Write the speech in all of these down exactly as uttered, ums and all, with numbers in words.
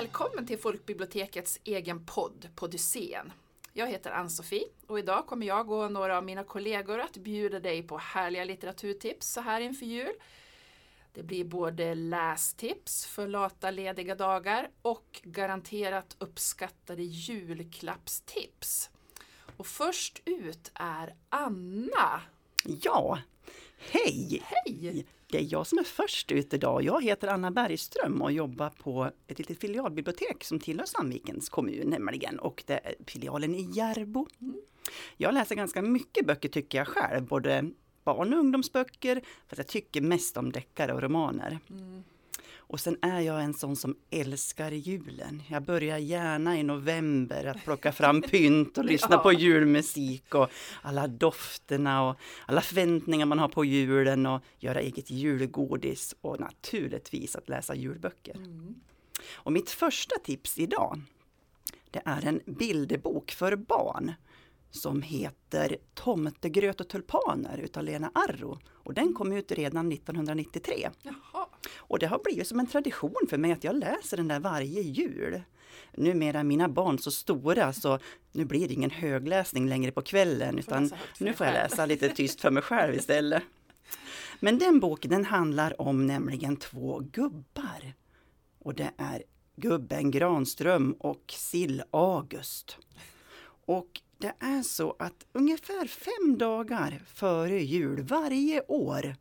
Välkommen till Folkbibliotekets egen podd, Podyssén. Jag heter Ann-Sofie och idag kommer jag och några av mina kollegor att bjuda dig på härliga litteraturtips så här inför jul. Det blir både lästips för lata lediga dagar och garanterat uppskattade julklappstips. Och först ut är Anna. Ja, hej! Hej! Det är jag som är först ut idag. Jag heter Anna Bergström och jobbar på ett litet filialbibliotek som tillhör Sandvikens kommun nämligen. Och det är filialen i Järbo. Mm. Jag läser ganska mycket böcker tycker jag själv. Både barn- och ungdomsböcker. För jag tycker mest om deckare och romaner. Mm. Och sen är jag en sån som älskar julen. Jag börjar gärna i november att plocka fram pynt och lyssna ja. på julmusik och alla dofterna och alla förväntningar man har på julen och göra eget julgodis och naturligtvis att läsa julböcker. Mm. Och mitt första tips idag, det är en bilderbok för barn som heter Tomtegröt och tulpaner utav Lena Arro. Och den kom ut redan nittonhundranittiotre. Jaha. Och det har blivit som en tradition för mig att jag läser den där varje jul. Numera är mina barn så stora så nu blir det ingen högläsning längre på kvällen utan nu får jag läsa lite tyst för mig själv istället. Men den boken den handlar om nämligen två gubbar. Och det är gubben Granström och Sill August. Och det är så att ungefär fem dagar före jul varje år,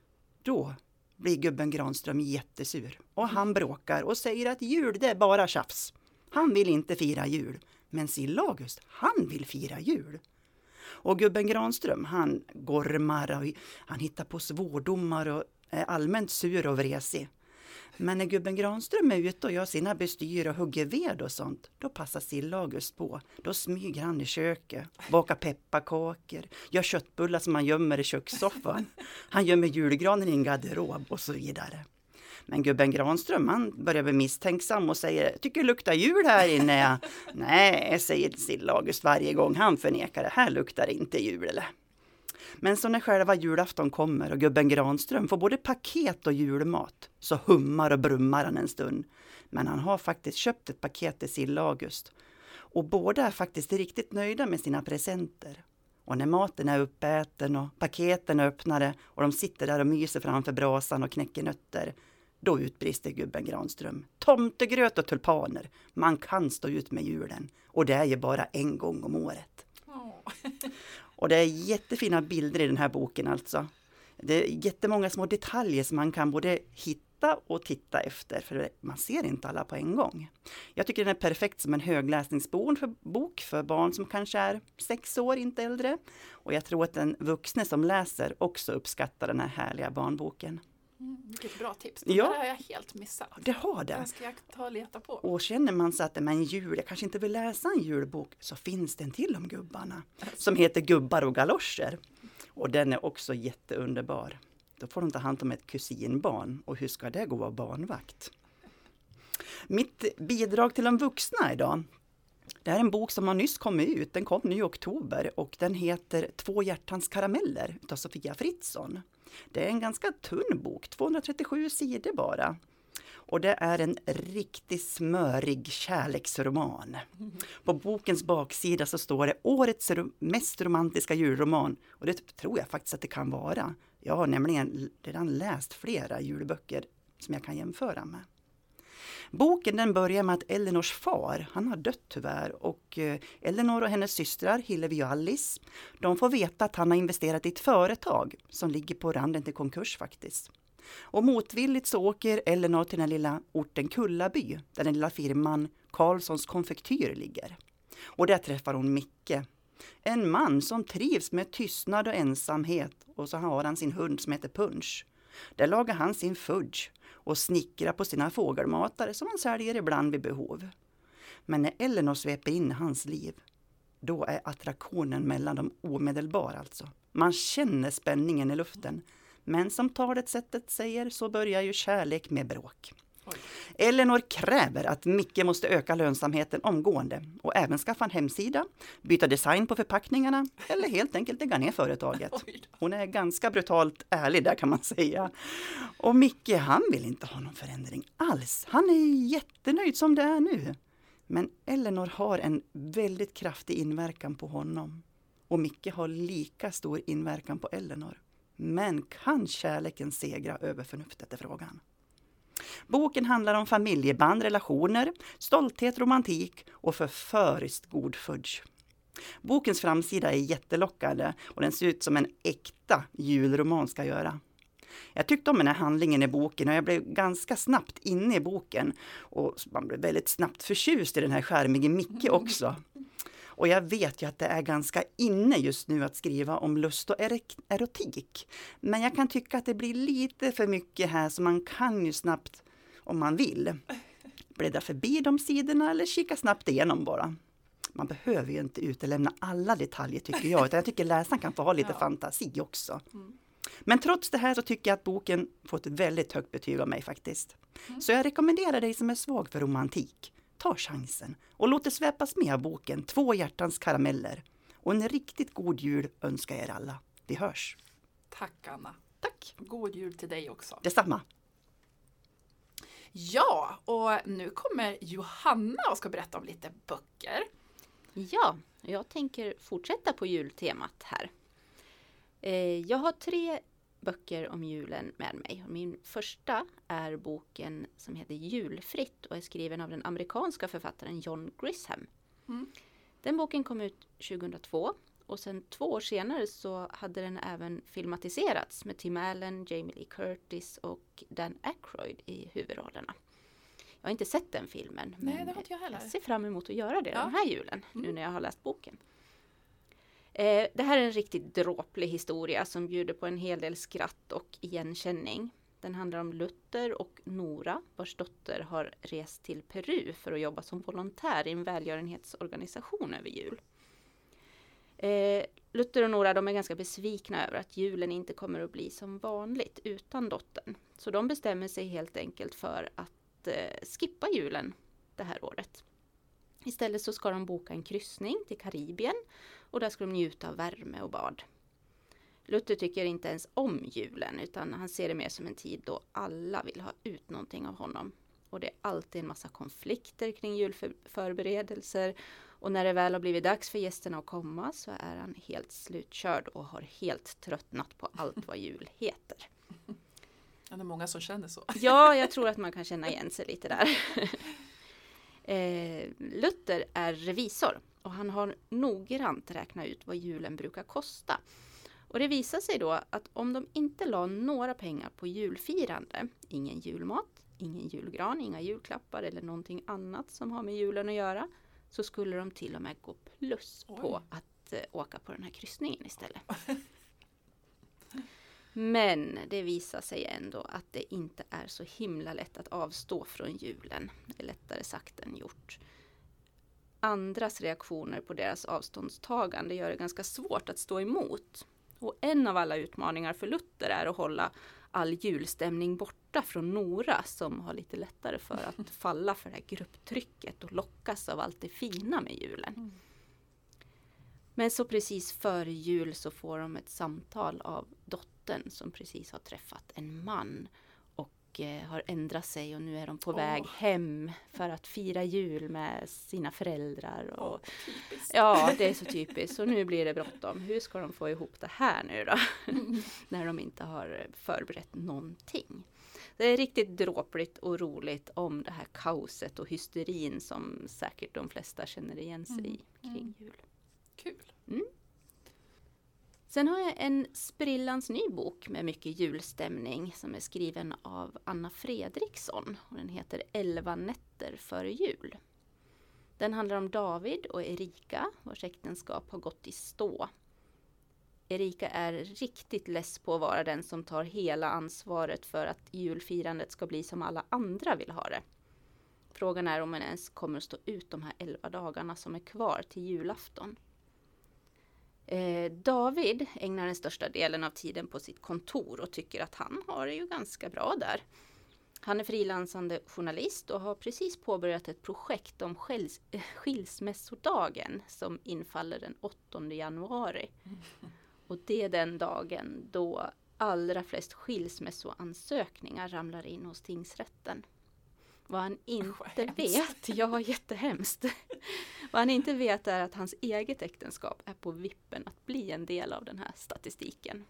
då blir gubben Granström jättesur. Och han bråkar och säger att jul det är bara tjafs. Han vill inte fira jul. Men Sill August, han vill fira jul. Och gubben Granström, han gormar och han hittar på svordomar och är allmänt sur och vresig. Men när gubben Granström är ute och gör sina bestyr och hugger ved och sånt, då passar Sill August på. Då smyger han i köket, bakar pepparkakor, gör köttbullar som han gömmer i kökssoffan. Han gömmer julgranen i en garderob och så vidare. Men gubben Granström, han börjar bli misstänksam och säger, tycker det luktar jul här inne? Nej, säger Sill August varje gång han förnekar det. Här luktar inte jul eller? Men så när själva julafton kommer och gubben Granström får både paket och julmat så hummar och brummar han en stund. Men han har faktiskt köpt ett paket till Sill August. Och båda är faktiskt riktigt nöjda med sina presenter. Och när maten är uppäten och paketen är öppnade och de sitter där och myser framför brasan och knäcker nötter, då utbrister gubben Granström. Tomtegröt och tulpaner, man kan stå ut med julen. Och det är ju bara en gång om året. Och det är jättefina bilder i den här boken alltså. Det är jättemånga små detaljer som man kan både hitta och titta efter. För man ser inte alla på en gång. Jag tycker den är perfekt som en högläsningsbok för, bok för barn som kanske är sex år, inte äldre. Och jag tror att den vuxne som läser också uppskattar den här härliga barnboken. Mm, vilket bra tips. Det ja, har jag helt missat. Det har det. Den ska jag ta och leta på. Och känner man så att men jul, jag kanske inte vill läsa en julbok, så finns det en till om gubbarna. Som heter Gubbar och galoscher. Och den är också jätteunderbar. Då får de ta hand om ett kusinbarn. Och hur ska det gå av barnvakt? Mitt bidrag till de vuxna idag. Det här är en bok som har nyss kommit ut. Den kom nu i oktober och den heter Två hjärtans karameller av Sofia Fritzson. Det är en ganska tunn bok, tvåhundratrettiosju sidor bara. Och det är en riktigt smörig kärleksroman. Mm. På bokens baksida så står det årets mest romantiska julroman. Och det tror jag faktiskt att det kan vara. Jag har nämligen redan läst flera julböcker som jag kan jämföra med. Boken den börjar med att Elinors far, han har dött tyvärr, och Elinor och hennes systrar Hillevi och Alice, de får veta att han har investerat i ett företag som ligger på randen till konkurs faktiskt. Och motvilligt så åker Elinor till den lilla orten Kullaby, där den lilla firman Karlssons konfektyr ligger. Och där träffar hon Micke, en man som trivs med tystnad och ensamhet, och så har han sin hund som heter Punch. Där lagar han sin fudge och snickrar på sina fågelmatare som han säljer ibland vid behov. Men när Elinor sveper in i hans liv, då är attraktionen mellan dem omedelbar alltså. Man känner spänningen i luften. Men som talet sättet säger så börjar ju kärlek med bråk. Oj. Elinor kräver att Micke måste öka lönsamheten omgående och även skaffa en hemsida, byta design på förpackningarna eller helt enkelt lägga ner företaget. Hon är ganska brutalt ärlig där kan man säga. Och Micke, han vill inte ha någon förändring alls. Han är jättenöjd som det är nu. Men Elinor har en väldigt kraftig inverkan på honom. Och Micke har lika stor inverkan på Elinor. Men kan kärleken segra över förnuftet är frågan. Boken handlar om familjeband, relationer, stolthet, romantik och förföriskt god fudge. Bokens framsida är jättelockande och den ser ut som en äkta julroman ska göra. Jag tyckte om den här handlingen i boken och jag blev ganska snabbt inne i boken. Och man blev väldigt snabbt förtjust i den här skärmige Micke också. Och jag vet ju att det är ganska inne just nu att skriva om lust och erotik. Men jag kan tycka att det blir lite för mycket här så man kan ju snabbt, om man vill, bläddra förbi de sidorna eller kika snabbt igenom bara. Man behöver ju inte utelämna alla detaljer tycker jag, utan jag tycker läsaren kan få ha lite ja. fantasi också. Mm. Men trots det här så tycker jag att boken får ett väldigt högt betyg av mig faktiskt. Mm. Så jag rekommenderar dig som är svag för romantik. Ta chansen och låt det sväpas med av boken Två hjärtans karameller. Och en riktigt god jul önskar er alla. Vi hörs. Tack Anna. Tack. God jul till dig också. Detsamma. Ja, och nu kommer Johanna och ska berätta om lite böcker. Ja, jag tänker fortsätta på jultemat här. Jag har tre böcker om julen med mig. Min första är boken som heter Julfritt och är skriven av den amerikanska författaren John Grisham. Mm. Den boken kom ut tjugohundratvå och sen två år senare så hade den även filmatiserats med Tim Allen, Jamie Lee Curtis och Dan Aykroyd i huvudrollerna. Jag har inte sett den filmen. Nej, men det har inte jag heller. Jag ser fram emot att göra det ja. den här julen, mm. nu när jag har läst boken. Eh, det här är en riktigt dråplig historia som bjuder på en hel del skratt och igenkänning. Den handlar om Luther och Nora, vars dotter har rest till Peru för att jobba som volontär i en välgörenhetsorganisation över jul. Eh, Luther och Nora de är ganska besvikna över att julen inte kommer att bli som vanligt utan dottern. Så de bestämmer sig helt enkelt för att eh, skippa julen det här året. Istället så ska de boka en kryssning till Karibien och där ska de njuta av värme och bad. Luther tycker inte ens om julen utan han ser det mer som en tid då alla vill ha ut någonting av honom. Och det är alltid en massa konflikter kring julförberedelser och när det väl har blivit dags för gästerna att komma så är han helt slutkörd och har helt tröttnat på allt vad jul heter. Ja, det är många som känner så. Ja, jag tror att man kan känna igen sig lite där. Eh, Luther är revisor och han har noggrant räknat ut vad julen brukar kosta. Och det visar sig då att om de inte la några pengar på julfirande, ingen julmat, ingen julgran, inga julklappar eller någonting annat som har med julen att göra, så skulle de till och med gå plus Oj. på att eh, åka på den här kryssningen istället. Men det visar sig ändå att det inte är så himla lätt att avstå från julen. Det är lättare sagt än gjort. Andras reaktioner på deras avståndstagande gör det ganska svårt att stå emot. Och en av alla utmaningar för Luther är att hålla all julstämning borta från Nora som har lite lättare för att falla för det här grupptrycket och lockas av allt det fina med julen. Mm. Men så precis före jul så får de ett samtal av dottern som precis har träffat en man och eh, har ändrat sig och nu är de på oh. väg hem för att fira jul med sina föräldrar. Och, oh, ja, det är så typiskt. Och nu blir det bråttom. Hur ska de få ihop det här nu då? Mm. När de inte har förberett någonting. Det är riktigt dråpligt och roligt om det här kaoset och hysterin som säkert de flesta känner igen sig i kring mm. jul. Kul. Mm. Sen har jag en sprillans ny bok med mycket julstämning som är skriven av Anna Fredriksson. Och den heter Elva nätter före jul. Den handlar om David och Erika vars äktenskap har gått i stå. Erika är riktigt less på att vara den som tar hela ansvaret för att julfirandet ska bli som alla andra vill ha det. Frågan är om man ens kommer att stå ut de här elva dagarna som är kvar till julafton. Eh, David ägnar den största delen av tiden på sitt kontor och tycker att han har det ju ganska bra där. Han är frilansande journalist och har precis påbörjat ett projekt om skils- skilsmässodagen som infaller den åttonde januari. Mm. Och det är den dagen då allra flest skilsmässoansökningar ramlar in hos tingsrätten. Vad han inte vet, ja jättehemskt. Vad han inte vet är att hans eget äktenskap är på vippen att bli en del av den här statistiken.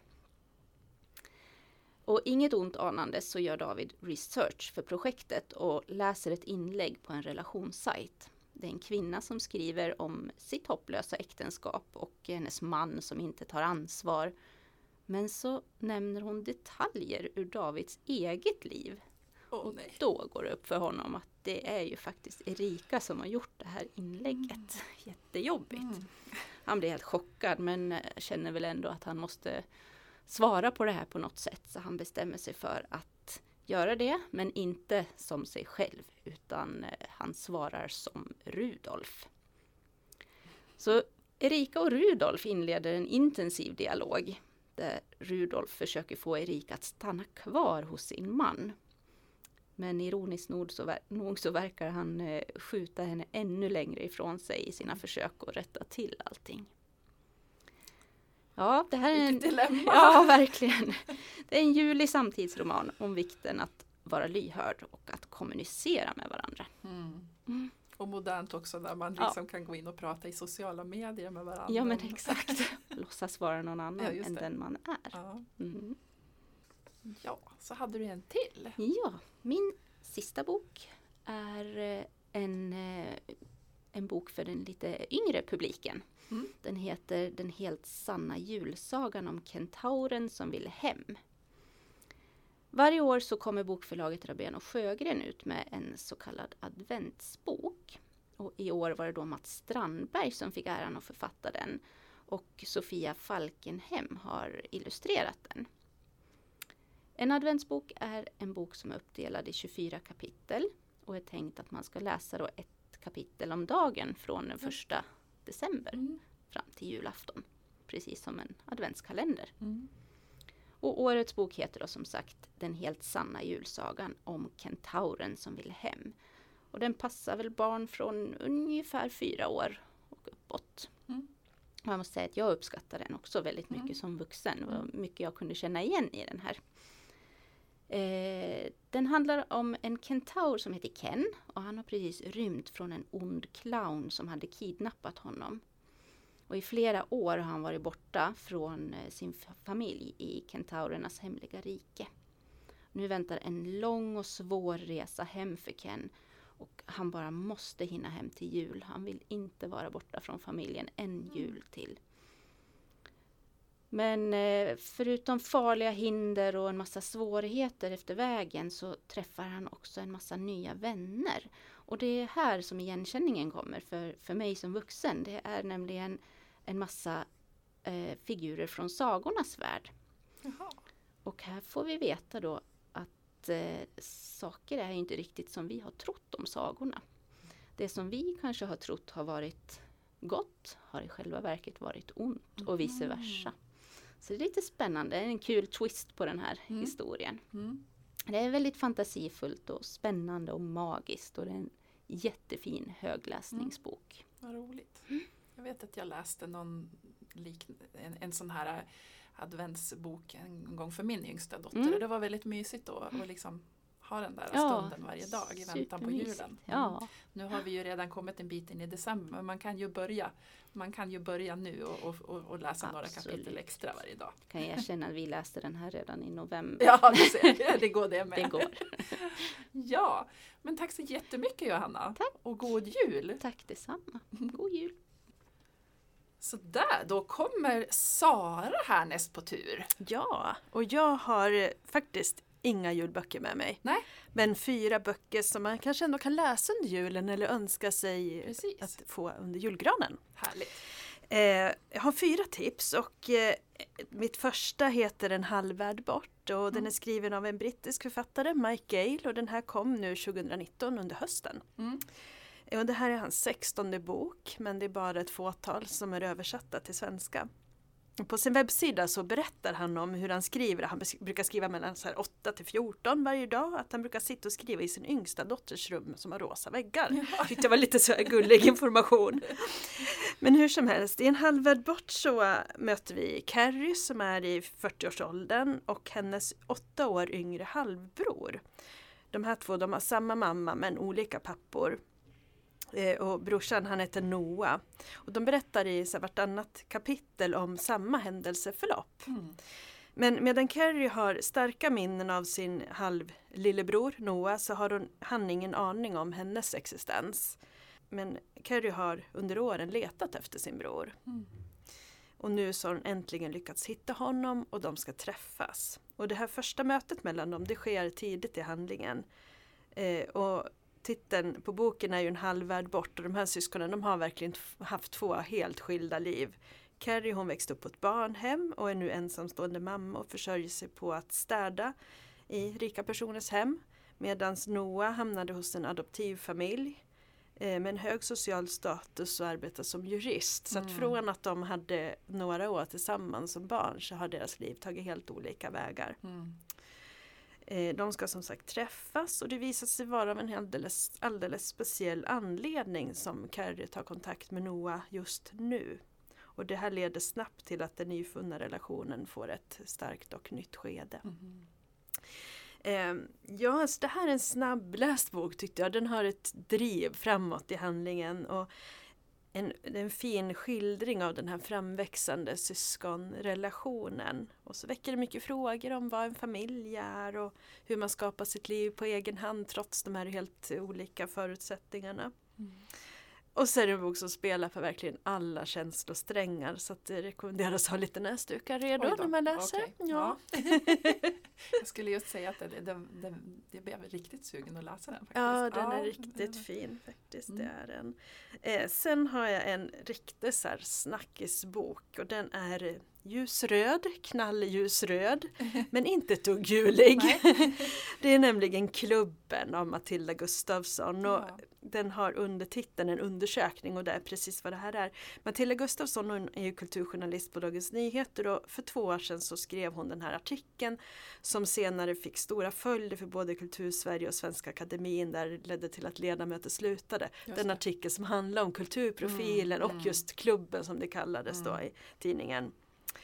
Och inget ont anande så gör David research för projektet och läser ett inlägg på en relationssajt. Det är en kvinna som skriver om sitt hopplösa äktenskap och hennes man som inte tar ansvar. Men så nämner hon detaljer ur Davids eget liv. Oh, och nej. Då går det upp för honom att det är ju faktiskt Erika som har gjort det här inlägget. Mm. Jättejobbigt. Mm. Han blir helt chockad men känner väl ändå att han måste svara på det här på något sätt. Så han bestämmer sig för att göra det, men inte som sig själv utan han svarar som Rudolf. Så Erika och Rudolf inleder en intensiv dialog där Rudolf försöker få Erika att stanna kvar hos sin man. Men ironiskt nog så, ver- nog så verkar han eh, skjuta henne ännu längre ifrån sig i sina försök att rätta till allting. Ja, det här är en, dilemma. Ja, verkligen. Det är en julig samtidsroman om vikten att vara lyhörd och att kommunicera med varandra. Mm. Mm. Och modernt också där man liksom ja. kan gå in och prata i sociala medier med varandra. Ja, men exakt. Låtsas vara någon annan ja, än den man är. Ja. Mm. ja, så hade du en till. Ja, min sista bok är en, en bok för den lite yngre publiken. Mm. Den heter Den helt sanna julsagan om kentauren som ville hem. Varje år så kommer bokförlaget Rabén och Sjögren ut med en så kallad adventsbok. Och i år var det då Mats Strandberg som fick äran att författa den. Och Sofia Falkenhem har illustrerat den. En adventsbok är en bok som är uppdelad i tjugofyra kapitel. Och är tänkt att man ska läsa då ett kapitel om dagen från den första december mm. fram till julafton. Precis som en adventskalender. Mm. Och årets bok heter då som sagt Den helt sanna julsagan om kentauren som vill hem. Och den passar väl barn från ungefär fyra år och uppåt. Mm. Och jag måste säga att jag uppskattar den också väldigt mycket mm. som vuxen. Det var mycket jag kunde känna igen i den här. Eh, den handlar om en kentaur som heter Ken. Och han har precis rymt från en ond clown som hade kidnappat honom. Och i flera år har han varit borta från sin familj i kentaurernas hemliga rike. Nu väntar en lång och svår resa hem för Ken. Och han bara måste hinna hem till jul. Han vill inte vara borta från familjen en jul till. Men förutom farliga hinder och en massa svårigheter efter vägen så träffar han också en massa nya vänner. Och det är här som igenkänningen kommer för, för mig som vuxen. Det är nämligen en massa eh, figurer från sagornas värld. Jaha. Och här får vi veta då att eh, saker är inte riktigt som vi har trott om sagorna. Det som vi kanske har trott har varit gott har i själva verket varit ont och vice versa. Så det är lite spännande, en kul twist på den här mm. historien. Mm. Det är väldigt fantasifullt och spännande och magiskt och det är en jättefin högläsningsbok. Mm. Vad roligt. Mm. Jag vet att jag läste någon lik, en, en sån här adventsbok en gång för min yngsta dotter. Mm. Och det var väldigt mysigt då att liksom ha den där ja, stunden varje dag i väntan på julen. Mm. Ja. Nu har vi ju redan kommit en bit in i december men man kan ju börja, man kan ju börja nu och, och, och läsa Absolut. några kapitel extra varje dag. Kan jag känna att vi läste den här redan i november. Ja, du ser, det går det med. Det går. Ja, men tack så jättemycket Johanna. Tack. Och god jul. Tack detsamma. God jul. Så där, då kommer Sara härnäst på tur. Ja, och jag har faktiskt inga julböcker med mig. Nej. Men fyra böcker som man kanske ändå kan läsa under julen eller önska sig Precis. att få under julgranen. Härligt. Eh, jag har fyra tips och eh, mitt första heter En halvvärld bort och mm. den är skriven av en brittisk författare, Mike Gale, och den här kom nu tjugonitton under hösten. Mm. Och det här är hans sextonde bok, men det är bara ett fåtal som är översatta till svenska. På sin webbsida så berättar han om hur han skriver. Han brukar skriva mellan så här åtta till fjorton varje dag. Att han brukar sitta och skriva i sin yngsta dotters rum som har rosa väggar. Ja. Tyckte jag var lite så här gullig information. Men hur som helst, i En halvvärld bort så möter vi Carrie som är i fyrtioårsåldern och hennes åtta år yngre halvbror. De här två, de har samma mamma men olika pappor. Eh, och brorsan, han heter Noah. Och de berättar i så här, vartannat kapitel om samma händelseförlopp. Mm. Men medan Carrie har starka minnen av sin halvlillebror Noah så har hon, han ingen aning om hennes existens. Men Carrie har under åren letat efter sin bror. Mm. Och nu så har hon äntligen lyckats hitta honom och de ska träffas. Och det här första mötet mellan dem, det sker tidigt i handlingen. Eh, och titeln på boken är ju En halvvärld bort och de här syskonen, de har verkligen haft två helt skilda liv. Carrie, hon växte upp på ett barnhem och är nu ensamstående mamma och försörjer sig på att städa i rika personers hem. Medan Noah hamnade hos en adoptivfamilj med en hög social status och arbetar som jurist. Så att mm. från att de hade några år tillsammans som barn så har deras liv tagit helt olika vägar. Mm. Eh, de ska som sagt träffas och det visar sig vara av en alldeles, alldeles speciell anledning som Carrie tar kontakt med Noah just nu. Och det här leder snabbt till att den nyfunna relationen får ett starkt och nytt skede. Mm. Eh, ja, alltså det här är en snabbläst bok tyckte jag. Den har ett driv framåt i handlingen och en, en fin skildring av den här framväxande syskonrelationen. Och så väcker det mycket frågor om vad en familj är och hur man skapar sitt liv på egen hand trots de här helt olika förutsättningarna. Mm. Och så är det en bok som spelar för verkligen alla känslosträngar så att det rekommenderas att ha lite näsdukar redo när man läser. Okay. Ja. Jag skulle just säga att det, det, det, det blev riktigt sugen att läsa den. Faktiskt. Ja, den är ja, riktigt det... fin faktiskt. Mm. Det är den. Eh, sen har jag en riktig så här snackisbok och den är ljusröd, knallljusröd, men inte tuggjulig. Det är nämligen Klubben av Matilda Gustafsson och ja. Den har undertiteln en undersökning och det är precis vad det här är. Matilda Gustafsson hon är ju kulturjournalist på Dagens Nyheter och för två år sedan så skrev hon den här artikeln som senare fick stora följder för både Kultursverige och Svenska Akademin där det ledde till att ledamöter slutade. Just den artikel som handlar om kulturprofilen mm, och just klubben som det kallades mm. då i tidningen.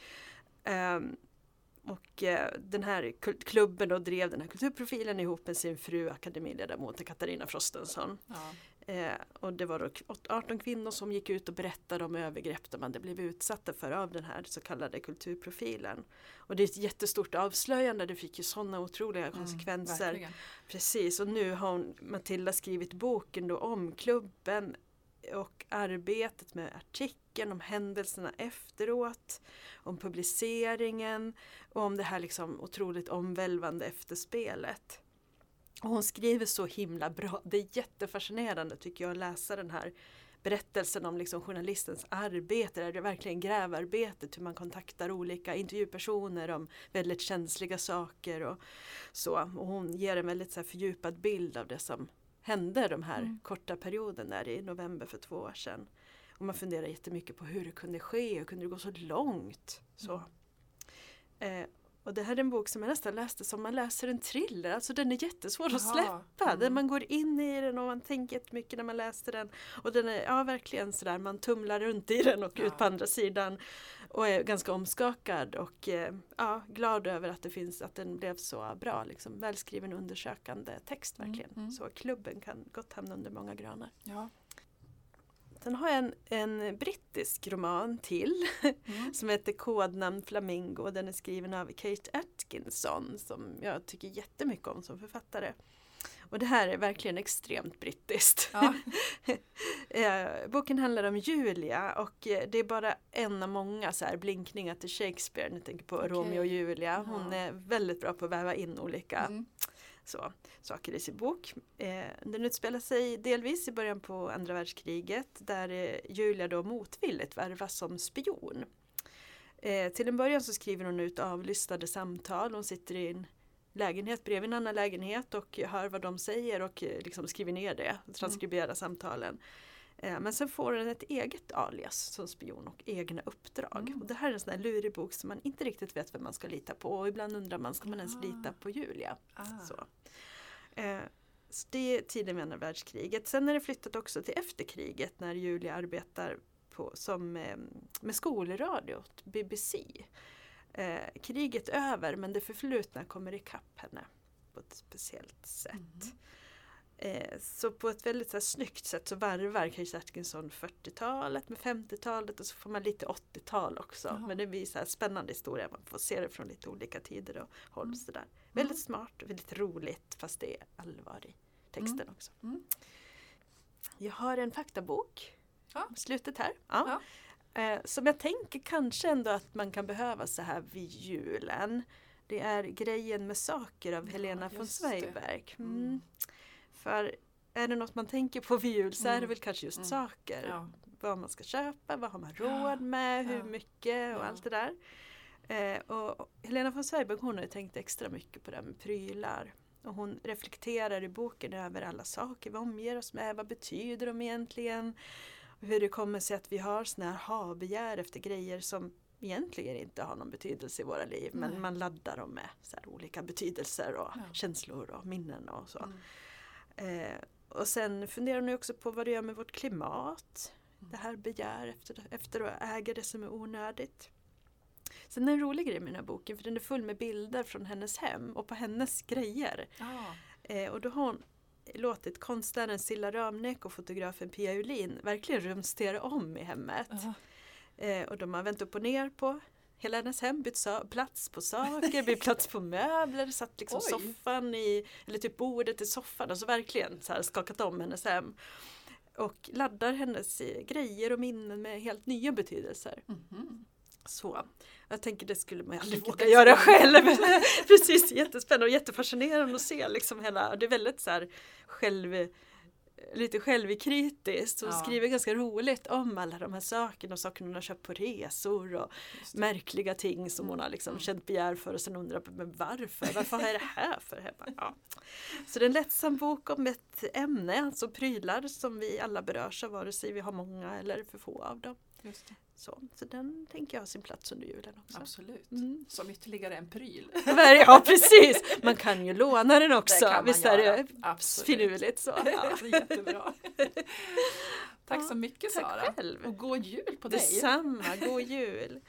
Um, och uh, den här klubben då drev den här kulturprofilen ihop med sin fru akademiledamoten Katarina Frostenson. Ja. Uh, och det var då arton kvinnor som gick ut och berättade om övergrepp de hade blivit utsatta för av den här så kallade kulturprofilen. Och det är ett jättestort avslöjande, det fick ju sådana otroliga konsekvenser. Mm, Precis, och nu har hon, Matilda skrivit boken då om klubben och arbetet med artikeln, om händelserna efteråt, om publiceringen och om det här liksom otroligt omvälvande efterspelet. Och hon skriver så himla bra. Det är jättefascinerande tycker jag att läsa den här berättelsen om liksom journalistens arbete. Där det är verkligen grävarbetet, hur man kontaktar olika intervjupersoner om väldigt känsliga saker och så. Och hon ger en väldigt så här fördjupad bild av det som hände de här mm. korta perioden där i november för två år sedan. Och man funderar jättemycket på hur det kunde ske och kunde det gå så långt. Så. Mm. Eh, och det här är en bok som jag nästan läste som man läser en thriller. Alltså den är jättesvår att släppa. Mm. Man går in i den och man tänker jättemycket när man läser den. Och den är ja, verkligen sådär, man tumlar runt i den och ja. ut på andra sidan. Och är ganska omskakad och eh, ja, glad över att det finns, att den blev så bra. Liksom, välskriven undersökande text verkligen. Mm, mm. Så klubben kan gott hamna under många granar. Ja. Sen har jag en, en brittisk roman till mm. som heter Kodnamn Flamingo. Den är skriven av Kate Atkinson som jag tycker jättemycket om som författare. Och det här är verkligen extremt brittiskt. Ja. Boken handlar om Julia och det är bara en av många så här blinkningar till Shakespeare. Ni tänker på okay. Romeo och Julia. Hon ja. är väldigt bra på att väva in olika mm. så, saker i sin bok. Den utspelar sig delvis i början på andra världskriget där Julia då motvilligt värvas som spion. Till en början så skriver hon ut avlyssnade samtal. Hon sitter i en lägenhet bredvid en annan lägenhet och hör vad de säger och liksom skriver ner det, transkriberar mm. samtalen. Eh, men sen får den ett eget alias som spion och egna uppdrag. Mm. Och det här är en sån här lurig bok som man inte riktigt vet vem man ska lita på. Och ibland undrar man, ska man ens Ah. lita på Julia? Ah. Så. Eh, så det är tiden med andra världskriget. Sen är det flyttat också till efter kriget när Julia arbetar på, som, eh, med skolradio åt B B C. Eh, kriget är över men det förflutna kommer ikapp henne på ett speciellt sätt. Mm. Eh, så på ett väldigt så här, snyggt sätt så varvar Kajsa Atkinson fyrtiotalet med femtiotalet och så får man lite åttiotal också. Jaha. Men det blir så här spännande historia, man får se det från lite olika tider och håll. Mm. Så där. Väldigt smart och väldigt roligt fast det är allvar i texten Mm. också. Mm. Jag har en faktabok, Ja. slutet här. Ja. Eh, som jag tänker kanske ändå att man kan behöva så här vid julen. Det är Grejen med saker av Ja, Helena von just det. Zweigbergk. Mm. Mm. För är det något man tänker på vid jul så är det Mm. väl kanske just Mm. saker. Ja. Vad man ska köpa, vad har man Ja. råd med, hur Ja. mycket och Ja. allt det där. Eh, och Helena von Zweigbergk hon har ju tänkt extra mycket på det här med prylar. Och hon reflekterar i boken över alla saker vi omger oss med. Vad betyder de egentligen? Och hur det kommer sig att vi har såna här ha-begär efter grejer som egentligen inte har någon betydelse i våra liv. Men Nej. man laddar dem med så här olika betydelser och Ja. känslor och minnen och så. Mm. Eh, och sen funderar hon också på vad det gör med vårt klimat. Mm. Det här begär efter, efter att äga det som är onödigt. Sen är det en rolig grej med den här boken för den är full med bilder från hennes hem och på hennes grejer. Ja. Eh, och då har hon låtit konstnären Silla Ramnek och fotografen Pia Julin verkligen rumstera om i hemmet. Ja. Eh, och de har vänt upp och ner på hela hennes hem, bytt sa- plats på saker, bytt plats på möbler, satt liksom Oj. soffan i, eller typ bordet i soffan, alltså verkligen så här skakat om hennes hem. Och laddar hennes eh, grejer och minnen med helt nya betydelser. Mhm. Så, jag tänker det skulle man ju aldrig Vilket våga göra spännande. själv. Precis, jättespännande och jättefascinerande att se liksom hela, det är väldigt så här själv, lite självkritiskt och Ja. skriver ganska roligt om alla de här sakerna och sakerna hon har köpt på resor och Just det. märkliga ting som hon har liksom Mm. känt begär för och sen undrar men varför, varför har jag det här för hemma? Ja. Så det är en lättsam bok om ett ämne, alltså prylar som vi alla berörs av vare sig vi har många eller för få av dem. Just det. Så, så den tänker jag ha sin plats under julen också. Absolut. Mm. Som ytterligare en pryl. Ja precis, man kan ju låna den också. Det kan man Visst göra. är det Absolut. finurligt så. Ja. Jättebra. Tack så mycket Tack Sara. själv. Och god jul på dig. Detsamma, god jul.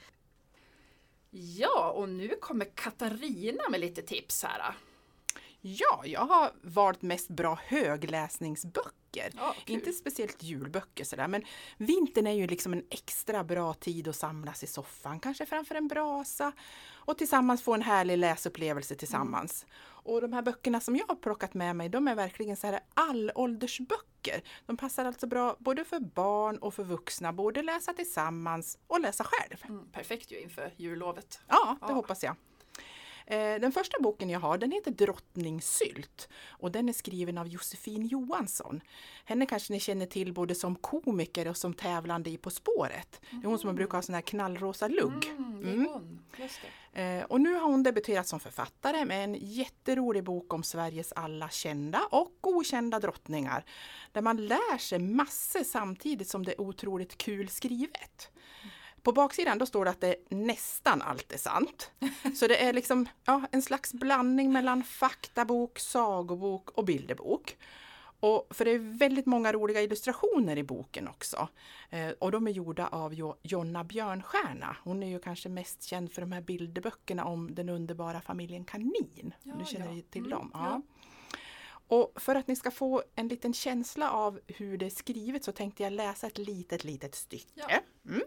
Ja, och nu kommer Katarina med lite tips här. Ja, jag har valt mest bra högläsningsböcker. Ja, kul. Inte speciellt julböcker sådär, men vintern är ju liksom en extra bra tid att samlas i soffan, kanske framför en brasa och tillsammans få en härlig läsupplevelse tillsammans. Mm. Och de här böckerna som jag har plockat med mig, de är verkligen så här allåldersböcker. De passar alltså bra både för barn och för vuxna, både läsa tillsammans och läsa själv. Mm, perfekt ju inför jullovet. Ja, det Ja. hoppas jag. Den första boken jag har, den heter Drottningsylt och den är skriven av Josefin Johansson. Henne kanske ni känner till både som komiker och som tävlande i På spåret. Det är hon som brukar ha sån här knallrosa lugg. Mm, det är Mm. hon. Just det. Eh, och nu har hon debuterat som författare med en jätterolig bok om Sveriges alla kända och okända drottningar. Där man lär sig massor samtidigt som det är otroligt kul skrivet. På baksidan då står det att det nästan allt är sant. Så det är liksom ja, en slags blandning mellan faktabok, sagobok och bilderbok. Och för det är väldigt många roliga illustrationer i boken också. Eh, och de är gjorda av jo- Jonna Björnstjärna. Hon är ju kanske mest känd för de här bilderböckerna om den underbara familjen Kanin. Ja, du känner ja. till Mm, dem? ja. Ja. Och för att ni ska få en liten känsla av hur det är skrivet så tänkte jag läsa ett litet, litet stycke. Ja. Mm.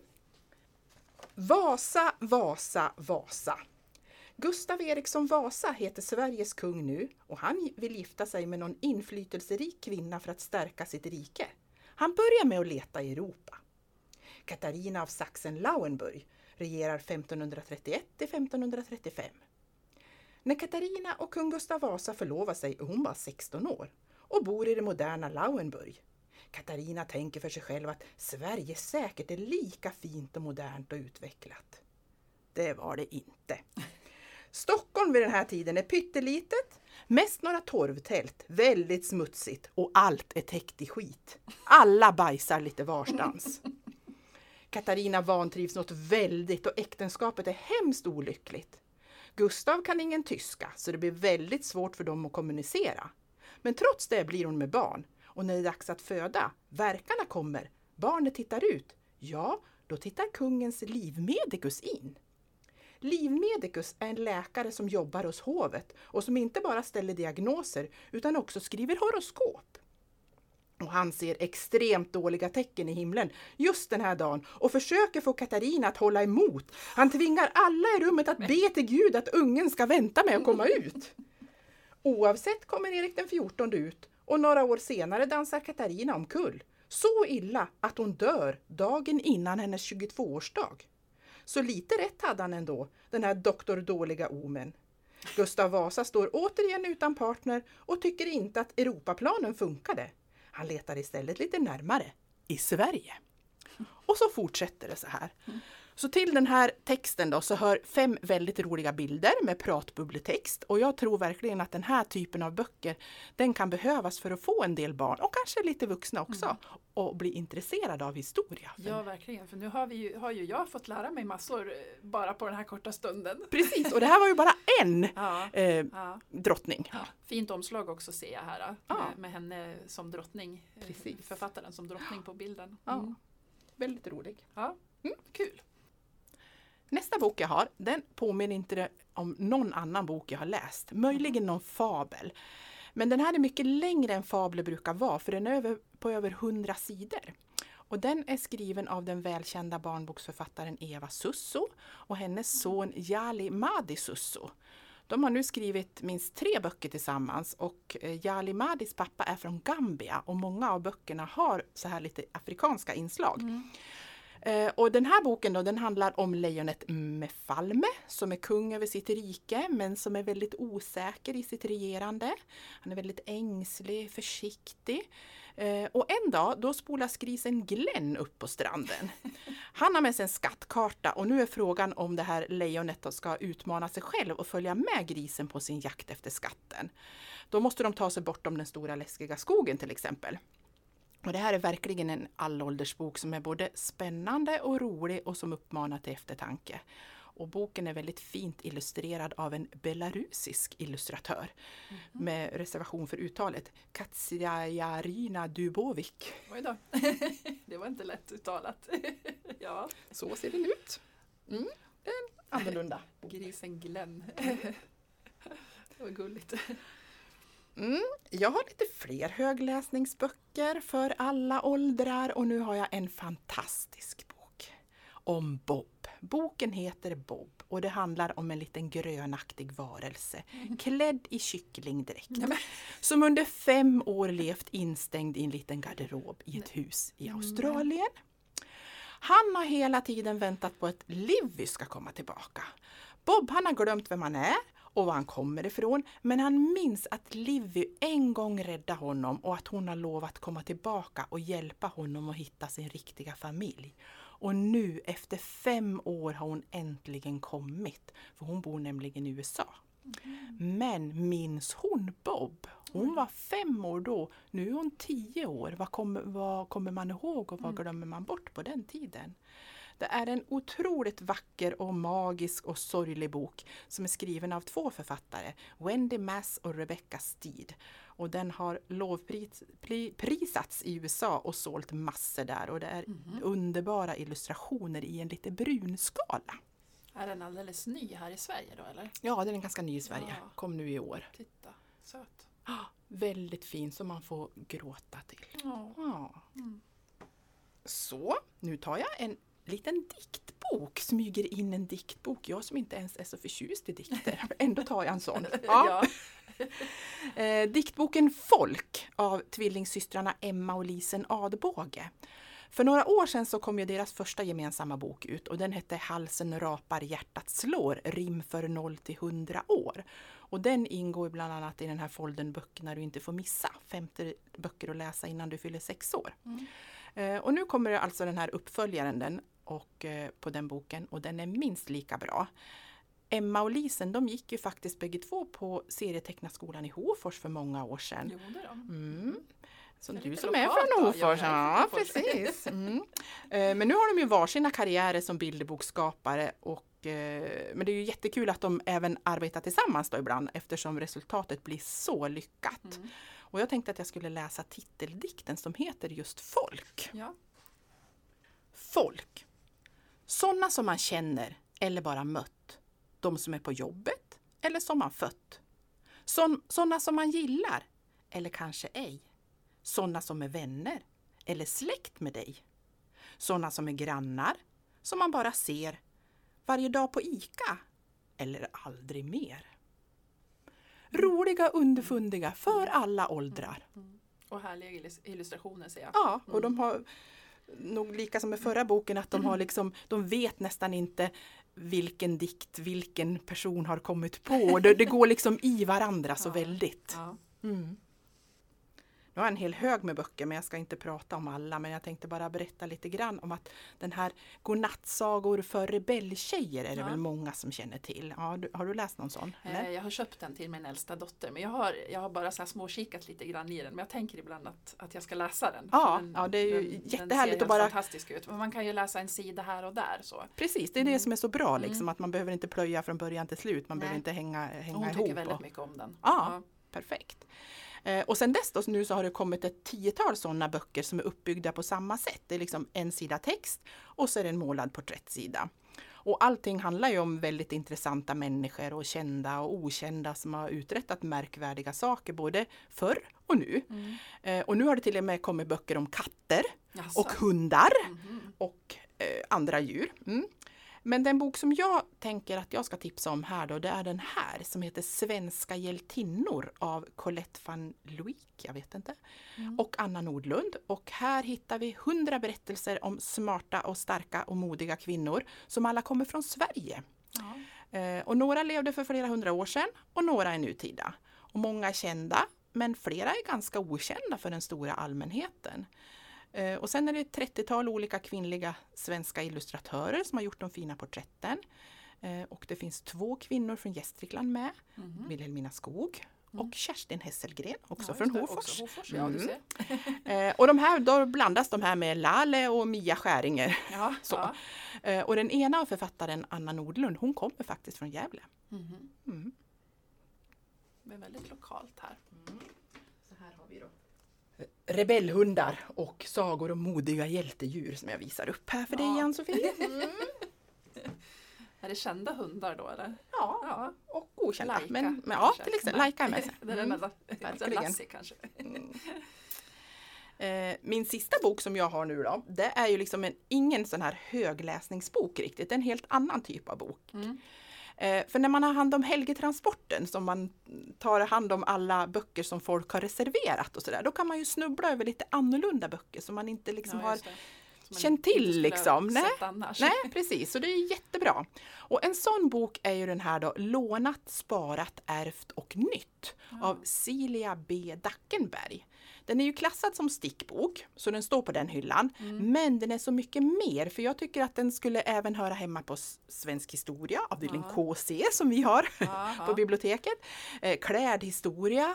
Vasa, Vasa, Vasa. Gustav Eriksson Vasa heter Sveriges kung nu och han vill gifta sig med någon inflytelserik kvinna för att stärka sitt rike. Han börjar med att leta i Europa. Katarina av Sachsen-Lauenburg regerar femtonhundratrettioett till femtonhundratrettiofem. När Katarina och kung Gustav Vasa förlovar sig är hon bara sexton år och bor i det moderna Lauenburg. Katarina tänker för sig själv att Sverige säkert är lika fint och modernt och utvecklat. Det var det inte. Stockholm vid den här tiden är pyttelitet, Mest några torvtält, väldigt smutsigt och allt är täckt i skit. Alla bajsar lite varstans. Katarina vantrivs något väldigt och äktenskapet är hemskt olyckligt. Gustav kan ingen tyska så det blir väldigt svårt för dem att kommunicera. Men trots det blir hon med barn och när det är dags att föda, verkarna kommer, barnet tittar ut. Ja, då tittar kungens livmedikus in. Livmedikus är en läkare som jobbar hos hovet och som inte bara ställer diagnoser utan också skriver horoskop. Och han ser extremt dåliga tecken i himlen just den här dagen och försöker få Katarina att hålla emot. Han tvingar alla i rummet att be till Gud att ungen ska vänta med att komma ut. Oavsett kommer Erik den fjortonde ut och några år senare dansar Katarina omkull. Så illa att hon dör dagen innan hennes tjugotvåårsdag. Så lite rätt hade han ändå, den här doktor dåliga omen. Gustav Vasa står återigen utan partner och tycker inte att Europaplanen funkade. Han letar istället lite närmare, i Sverige. Och så fortsätter det så här. Så till den här texten då så hör fem väldigt roliga bilder med pratbubbletext. Och jag tror verkligen att den här typen av böcker, den kan behövas för att få en del barn och kanske lite vuxna också. Mm. Och bli intresserade av historia. Ja, verkligen. För nu har, vi ju, har ju jag fått lära mig massor bara på den här korta stunden. Precis, och det här var ju bara en ja, eh, ja. drottning. Ja. Fint omslag också ser jag här. Ja. Med, med henne som drottning. Precis. Författaren som drottning på bilden. Mm. Ja, väldigt rolig. Ja, mm, kul. Nästa bok jag har, den påminner inte om någon annan bok jag har läst. Möjligen någon fabel. Men den här är mycket längre än fabler brukar vara, för den är över, på över hundra sidor. Och den är skriven av den välkända barnboksförfattaren Eva Susso och hennes son Jali Madi Susso. De har nu skrivit minst tre böcker tillsammans och Jali Madis pappa är från Gambia och många av böckerna har så här lite afrikanska inslag. Mm. Uh, och den här boken då, den handlar om lejonet Mefalme som är kung över sitt rike men som är väldigt osäker i sitt regerande. Han är väldigt ängslig, försiktig. Uh, och en dag då spolas grisen Glenn upp på stranden. Han har med sig en skattkarta och nu är frågan om det här lejonet då ska utmana sig själv och följa med grisen på sin jakt efter skatten. Då måste de ta sig bortom den stora läskiga skogen till exempel. Och det här är verkligen en allåldersbok som är både spännande och rolig och som uppmanar till eftertanke. Och boken är väldigt fint illustrerad av en belarusisk illustratör. Mm-hmm. Med reservation för uttalet. Katsiarina Dubovik. Oj då. Det var inte lätt uttalat. Ja. Så ser den ut. Mm. En annorlunda. Grisen Glenn. Det var gulligt. Mm, jag har lite fler högläsningsböcker för alla åldrar och nu har jag en fantastisk bok om Bob. Boken heter Bob och det handlar om en liten grönaktig varelse klädd i kycklingdräkt mm. som under fem år levt instängd i en liten garderob i ett hus i Australien. Han har hela tiden väntat på att Livy ska komma tillbaka. Bob han har glömt vem han är och var han kommer ifrån, men han minns att Livy en gång räddade honom och att hon har lovat komma tillbaka och hjälpa honom att hitta sin riktiga familj. Och nu efter fem år har hon äntligen kommit, för hon bor nämligen i U S A. Mm. Men minns hon Bob? Hon var fem år då, nu är hon tio år. Vad kommer, vad kommer man ihåg och vad glömmer man bort på den tiden? Det är en otroligt vacker och magisk och sorglig bok som är skriven av två författare, Wendy Mass och Rebecca Steed. Och den har lovprisats i U S A och sålt massor där och det är mm-hmm. underbara illustrationer i en lite brun skala. Är den alldeles ny här i Sverige då eller? Ja, den är ganska ny i Sverige. Ja. Kom nu i år. Titta, söt. Ah, väldigt fin som man får gråta till. Ja. Ja. Mm. Så, nu tar jag en liten diktbok, smyger in en diktbok. Jag som inte ens är så förtjust i dikter, ändå tar jag en sån. Ja. eh, diktboken Folk av tvillingsystrarna Emma och Lisen Adbåge. För några år sedan så kom ju deras första gemensamma bok ut och den hette Halsen rapar, hjärtat slår, rim för noll till hundra år. Och den ingår bland annat i den här foldern böckerna du inte får missa, femtio böcker att läsa innan du fyller sex år. Mm. Eh, och nu kommer alltså den här uppföljaren den och, eh, på den boken och den är minst lika bra. Emma och Lisen, de gick ju faktiskt bägge två på serietecknarskolan i Hofors för många år sedan. Jo, det då. Mm. Så Det är du lite som är lokalt från då. Hofors, Jag är ja från Hofors. precis. Mm. Eh, Men nu har de ju varsina karriärer som bilderboksskapare och eh, men det är ju jättekul att de även arbetar tillsammans då ibland eftersom resultatet blir så lyckat. Mm. Och jag tänkte att jag skulle läsa titeldikten som heter just Folk. Ja. Folk. Sådana som man känner eller bara mött. De som är på jobbet eller som man fött. Sådana som man gillar eller kanske ej. Sådana som är vänner eller släkt med dig. Sådana som är grannar som man bara ser varje dag på ICA eller aldrig mer. Roliga, underfundiga för alla åldrar. Och härliga illus- illustrationer ser jag. Ja, och de har nog lika som med förra boken att de har liksom, de vet nästan inte vilken dikt, vilken person har kommit på. Det, det går liksom i varandra så Ja. väldigt. Ja. Mm. Nu har jag en hel hög med böcker men jag ska inte prata om alla, men jag tänkte bara berätta lite grann om att den här Godnattsagor för rebelltjejer är det Ja. väl många som känner till. Ja, du, har du läst någon sån? Eh, Eller? Jag har köpt den till min äldsta dotter men jag har, jag har bara så här småkikat lite grann i den men jag tänker ibland att, att jag ska läsa den. Ja, För den, ja, det är ju den, den jättehärligt ser att helt bara- fantastisk ut. Men man kan ju läsa en sida här och där så. Precis, det är det som är så bra liksom, att man behöver inte plöja från början till slut. Man Nej. behöver inte hänga, hänga Hon ihop. tycker väldigt och- mycket om den. Ja. Perfekt. Eh, och sen dess då, nu så har det kommit ett tiotal sådana böcker som är uppbyggda på samma sätt. Det är liksom en sida text och så är det en målad porträttsida. Och allting handlar ju om väldigt intressanta människor och kända och okända som har uträttat märkvärdiga saker både förr och nu. Mm. Eh, och nu har det till och med kommit böcker om katter Jaså. och hundar Mhm. och eh, andra djur. Mm. Men den bok som jag tänker att jag ska tipsa om här då, det är den här som heter Svenska hjältinnor av Colette van Luik, jag vet inte, Mm. och Anna Nordlund. Och här hittar vi hundra berättelser om smarta och starka och modiga kvinnor som alla kommer från Sverige. Ja. Eh, och några levde för flera hundra år sedan och några är nutida. Och många är kända, men flera är ganska okända för den stora allmänheten. Eh, och sen är det ett trettiotal olika kvinnliga svenska illustratörer som har gjort de fina porträtten. Eh, och det finns två kvinnor från Gästrikland med, Mhm. Wilhelmina Skog Mm. och Kerstin Hesselgren, också Ja, från just det, Hofors. också Hofors. Ja, du Mm. ser. Eh, och de här, då blandas de här med Lale och Mia Skäringer. Ja, Så. ja. Eh, och den ena av författaren, Anna Nordlund, hon kommer faktiskt från Gävle. Mhm. Mm. Det är väldigt lokalt här. Så här har vi då rebellhundar och sagor om modiga hjältedjur som jag visar upp här för dig, Ja. Ann-Sofie. Mm. Är det kända hundar då eller? Ja, Ja, och okända. Laika, Men, men ja, kanske. till exempel. Laika är med sig. det är den Mm. enda. verkligen. Lassie kanske. Mm. Eh, Min sista bok som jag har nu då, det är ju liksom en, ingen sån här högläsningsbok riktigt, det är en helt annan typ av bok. Mm. Eh, för när man har hand om helgetransporten, som man tar hand om alla böcker som folk har reserverat och sådär, då kan man ju snubbla över lite annorlunda böcker som man inte liksom Ja, har just det. Som man känt inte till skulle liksom. ha Nej. sett annars. Nej, precis. Så det är jättebra. Och en sån bok är ju den här då, Lånat, sparat, ärvt och nytt av Cilia B. Dackenberg. Den är ju klassad som stickbok, så den står på den hyllan. Mm. Men den är så mycket mer, för jag tycker att den skulle även höra hemma på S- Svensk historia, avdelning Ja. K C som vi har Aha. på biblioteket. Eh, klädhistoria,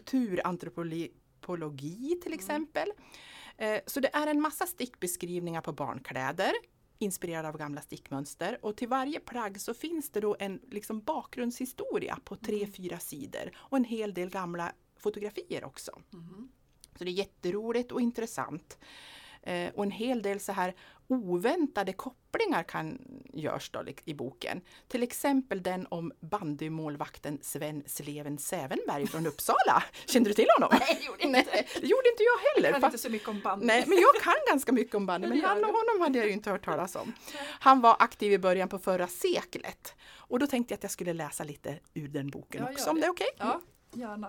kulturantropologi till exempel. Eh, så det är en massa stickbeskrivningar på barnkläder, inspirerade av gamla stickmönster. Och till varje plagg så finns det då en liksom bakgrundshistoria på tre, fyra sidor. Och en hel del gamla fotografier också. Mhm. Så det är jätteroligt och intressant. Eh, och en hel del så här oväntade kopplingar kan görs då i boken. Till exempel den om bandymålvakten Sven Sleven Sävenberg från Uppsala. Kände du till honom? Nej, det gjorde jag Nej, inte. det gjorde inte jag heller. Jag kan fast- inte så mycket om band. Nej, men jag kan ganska mycket om bandy, men Det gör han och du. honom hade jag ju inte hört talas om. Han var aktiv i början på förra seklet. Och då tänkte jag att jag skulle läsa lite ur den boken Ja, också, gör om det. det är okej? Ja, gärna.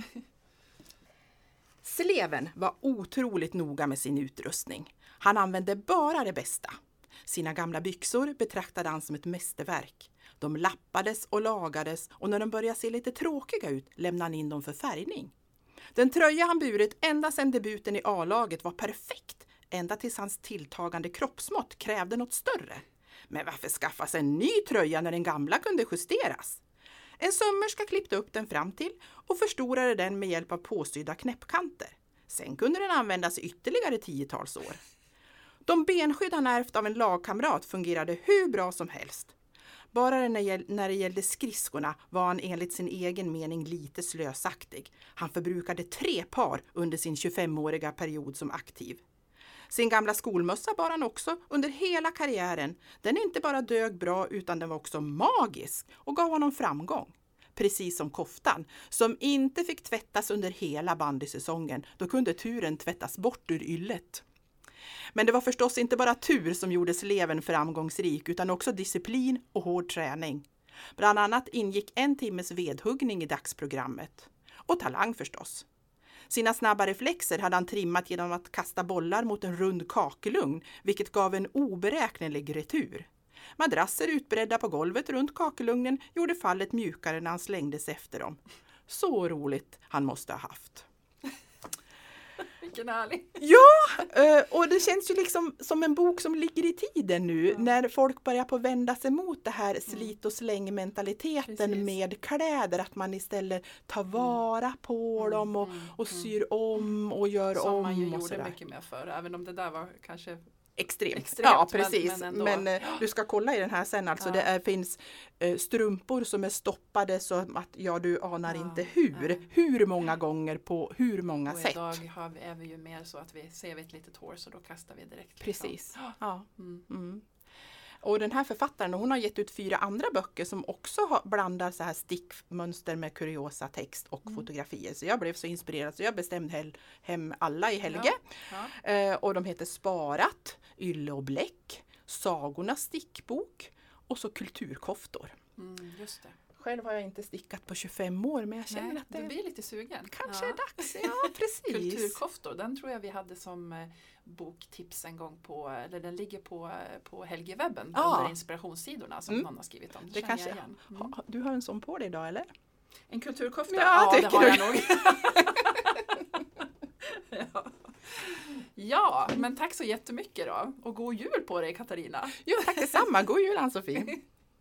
Sleven var otroligt noga med sin utrustning. Han använde bara det bästa. Sina gamla byxor betraktade han som ett mästerverk. De lappades och lagades och när de började se lite tråkiga ut lämnade han in dem för färgning. Den tröja han burit ända sedan debuten i A-laget var perfekt, ända tills hans tilltagande kroppsmått krävde något större. Men varför skaffa sig en ny tröja när den gamla kunde justeras? En sömmerska klippte upp den fram till och förstorade den med hjälp av påsydda knäppkanter. Sen kunde den användas i ytterligare tiotals år. De benskydd han ärvt av en lagkamrat fungerade hur bra som helst. Bara när det gällde skridskorna var han enligt sin egen mening lite slösaktig. Han förbrukade tre par under sin tjugofemåriga period som aktiv. Sin gamla skolmössa bar han också under hela karriären. Den inte bara dög bra utan den var också magisk och gav honom framgång. Precis som koftan, som inte fick tvättas under hela bandysäsongen. Då kunde turen tvättas bort ur yllet. Men det var förstås inte bara tur som gjorde sleven framgångsrik utan också disciplin och hård träning. Bland annat ingick en timmes vedhuggning i dagsprogrammet. Och talang förstås. Sina snabba reflexer hade han trimmat genom att kasta bollar mot en rund kakelugn, vilket gav en oberäknelig retur. Madrasser utbredda på golvet runt kakelugnen gjorde fallet mjukare när han slängdes efter dem. Så roligt han måste ha haft. Vilken härlig. Ja, och det känns ju liksom som en bok som ligger i tiden nu, ja. När folk börjar på vända sig mot det här slit och släng mentaliteten Precis. Med kläder, att man istället tar vara på mm. dem och, och syr om och gör som om. Som man ju och gjorde sådär. Mycket mer för, även om det där var kanske Extremt. Extremt, ja precis, men, men, men eh, du ska kolla i den här sen alltså, ja. Det är, finns eh, strumpor som är stoppade så att ja, du anar ja, inte hur, ja. hur många gånger på hur många och sätt. Idag har vi, är vi ju mer så att vi ser vi ett litet hår så då kastar vi direkt. Precis, liksom. ja. Mm. Mm. Och den här författaren, hon har gett ut fyra andra böcker som också har, blandar så här stickmönster med kuriosa text och mm. fotografier. Så jag blev så inspirerad så jag bestämde hel, hem alla i Helge. Ja. Ja. Eh, och de heter Sparat, Ylle och Bläck, Sagornas stickbok och så Kulturkoftor. Mm, just det. Själv har jag inte stickat på tjugofem år men jag känner Nej, att det du blir lite sugen. kanske ja. är dags. Ja, precis. Kulturkoftor, den tror jag vi hade som eh, boktips en gång på, eller den ligger på, på Helgewebben ja. Under inspirationssidorna som mm. någon har skrivit om. Det, det kanske, jag igen. Mm. Ha, du har en sån på dig idag eller? En kulturkofta? Ja, ja det har du. jag nog. ja. ja, men tack så jättemycket då. Och god jul på dig Katarina. Jo, tack detsamma. God jul Ann-Sofie.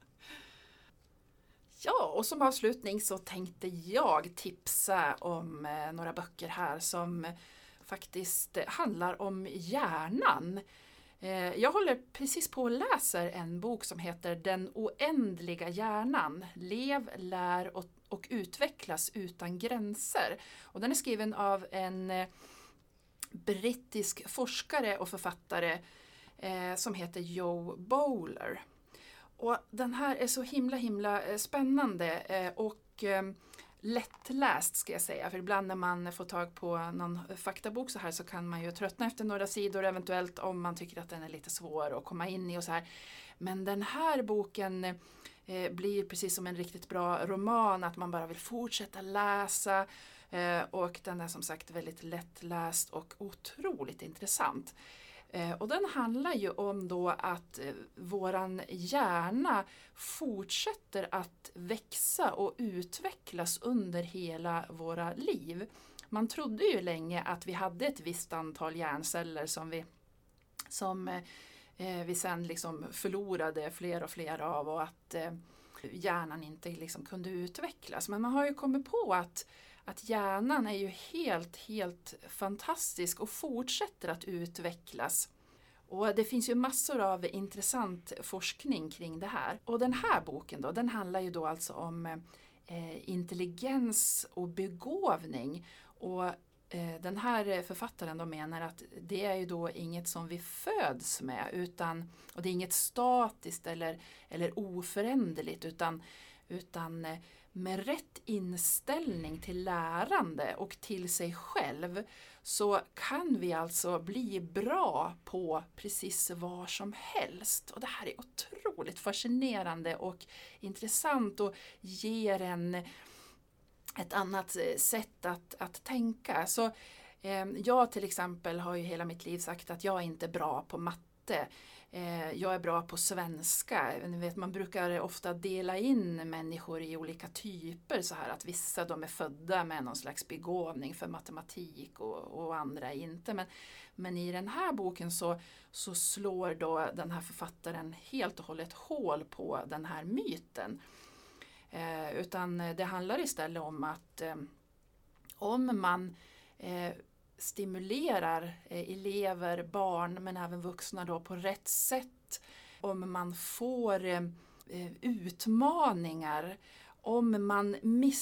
Ja, och som avslutning så tänkte jag tipsa om eh, några böcker här som faktiskt handlar om hjärnan. Eh, jag håller precis på att läsa en bok som heter Den oändliga hjärnan. Lev, lär och, och utvecklas utan gränser. Och den är skriven av en eh, brittisk forskare och författare eh, som heter Joe Bowler. Och den här är så himla himla spännande eh, och eh, lättläst ska jag säga. För ibland när man får tag på någon faktabok så här så kan man ju tröttna efter några sidor eventuellt om man tycker att den är lite svår att komma in i och så här. Men den här boken eh, blir precis som en riktigt bra roman, att man bara vill fortsätta läsa eh, och den är som sagt väldigt lättläst och otroligt intressant. Och den handlar ju om då att våran hjärna fortsätter att växa och utvecklas under hela våra liv. Man trodde ju länge att vi hade ett visst antal hjärnceller som vi, som, eh, vi sen liksom förlorade fler och fler av och att eh, hjärnan inte liksom kunde utvecklas. Men man har ju kommit på att Att hjärnan är ju helt, helt fantastisk och fortsätter att utvecklas. Och det finns ju massor av intressant forskning kring det här. Och den här boken då, den handlar ju då alltså om eh, intelligens och begåvning. Och eh, den här författaren då menar att det är ju då inget som vi föds med, utan, och det är inget statiskt eller, eller oföränderligt, utan, utan eh, med rätt inställning till lärande och till sig själv så kan vi alltså bli bra på precis vad som helst. Och det här är otroligt fascinerande och intressant och ger en ett annat sätt att, att tänka. Så eh, jag till exempel har ju hela mitt liv sagt att jag är inte bra på matte. eh, jag är bra på svenska. Ni vet, man brukar ofta dela in människor i olika typer så här att vissa de är födda med någon slags begåvning för matematik och, och andra inte. Men, men i den här boken så, så slår då den här författaren helt och hållet hål på den här myten. Eh, utan det handlar istället om att eh, om man eh, stimulerar eh, elever, barn men även vuxna då på rätt sätt, om man får eh, utmaningar, om man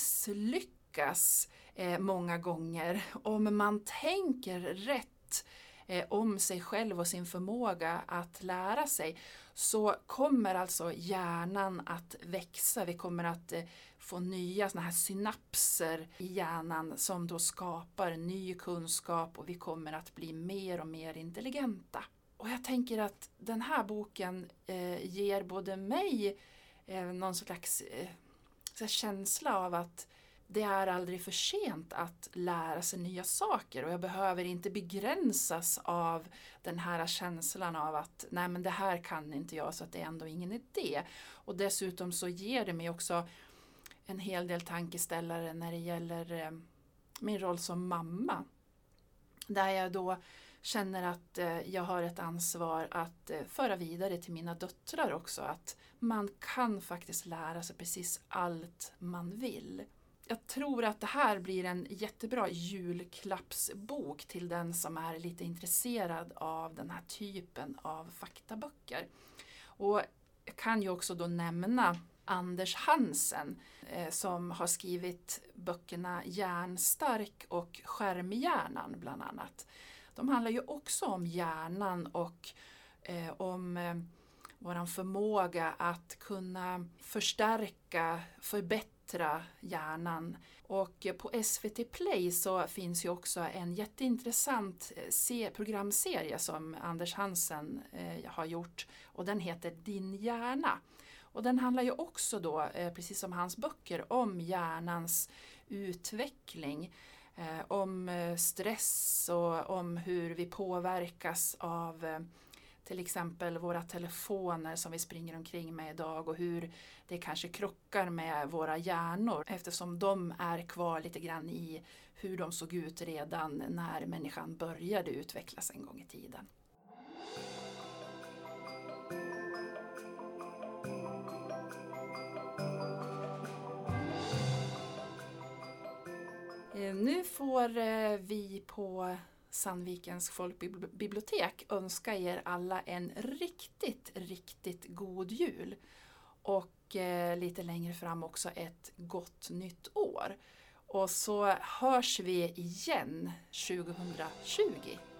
misslyckas eh, många gånger, om man tänker rätt eh, om sig själv och sin förmåga att lära sig, så kommer alltså hjärnan att växa. Vi kommer att eh, få nya såna här synapser i hjärnan som då skapar ny kunskap och vi kommer att bli mer och mer intelligenta. Och jag tänker att den här boken eh, ger både mig eh, någon slags eh, så känsla av att det är aldrig för sent att lära sig nya saker och jag behöver inte begränsas av den här känslan av att nej men det här kan inte jag så att det är ändå ingen idé. Och dessutom så ger det mig också en hel del tankeställare när det gäller eh, min roll som mamma. Där jag då känner att eh, jag har ett ansvar att eh, föra vidare till mina döttrar också. Att man kan faktiskt lära sig precis allt man vill. Jag tror att det här blir en jättebra julklappsbok till den som är lite intresserad av den här typen av faktaböcker. Och jag kan ju också då nämna Anders Hansen eh, som har skrivit böckerna Hjärnstark och Skärmhjärnan bland annat. De handlar ju också om hjärnan och eh, om eh, våran förmåga att kunna förstärka, förbättra hjärnan. Och på S V T Play så finns ju också en jätteintressant se- programserie som Anders Hansen eh, har gjort och den heter Din hjärna. Och den handlar ju också då, eh, precis som hans böcker, om hjärnans utveckling. Eh, om eh, stress och om hur vi påverkas av eh, till exempel våra telefoner som vi springer omkring med idag och hur det kanske krockar med våra hjärnor eftersom de är kvar lite grann i hur de såg ut redan när människan började utvecklas en gång i tiden. Nu får vi på Sandvikens folkbibliotek önska er alla en riktigt, riktigt god jul. Och eh, lite längre fram också ett gott nytt år. Och så hörs vi igen tjugo tjugo.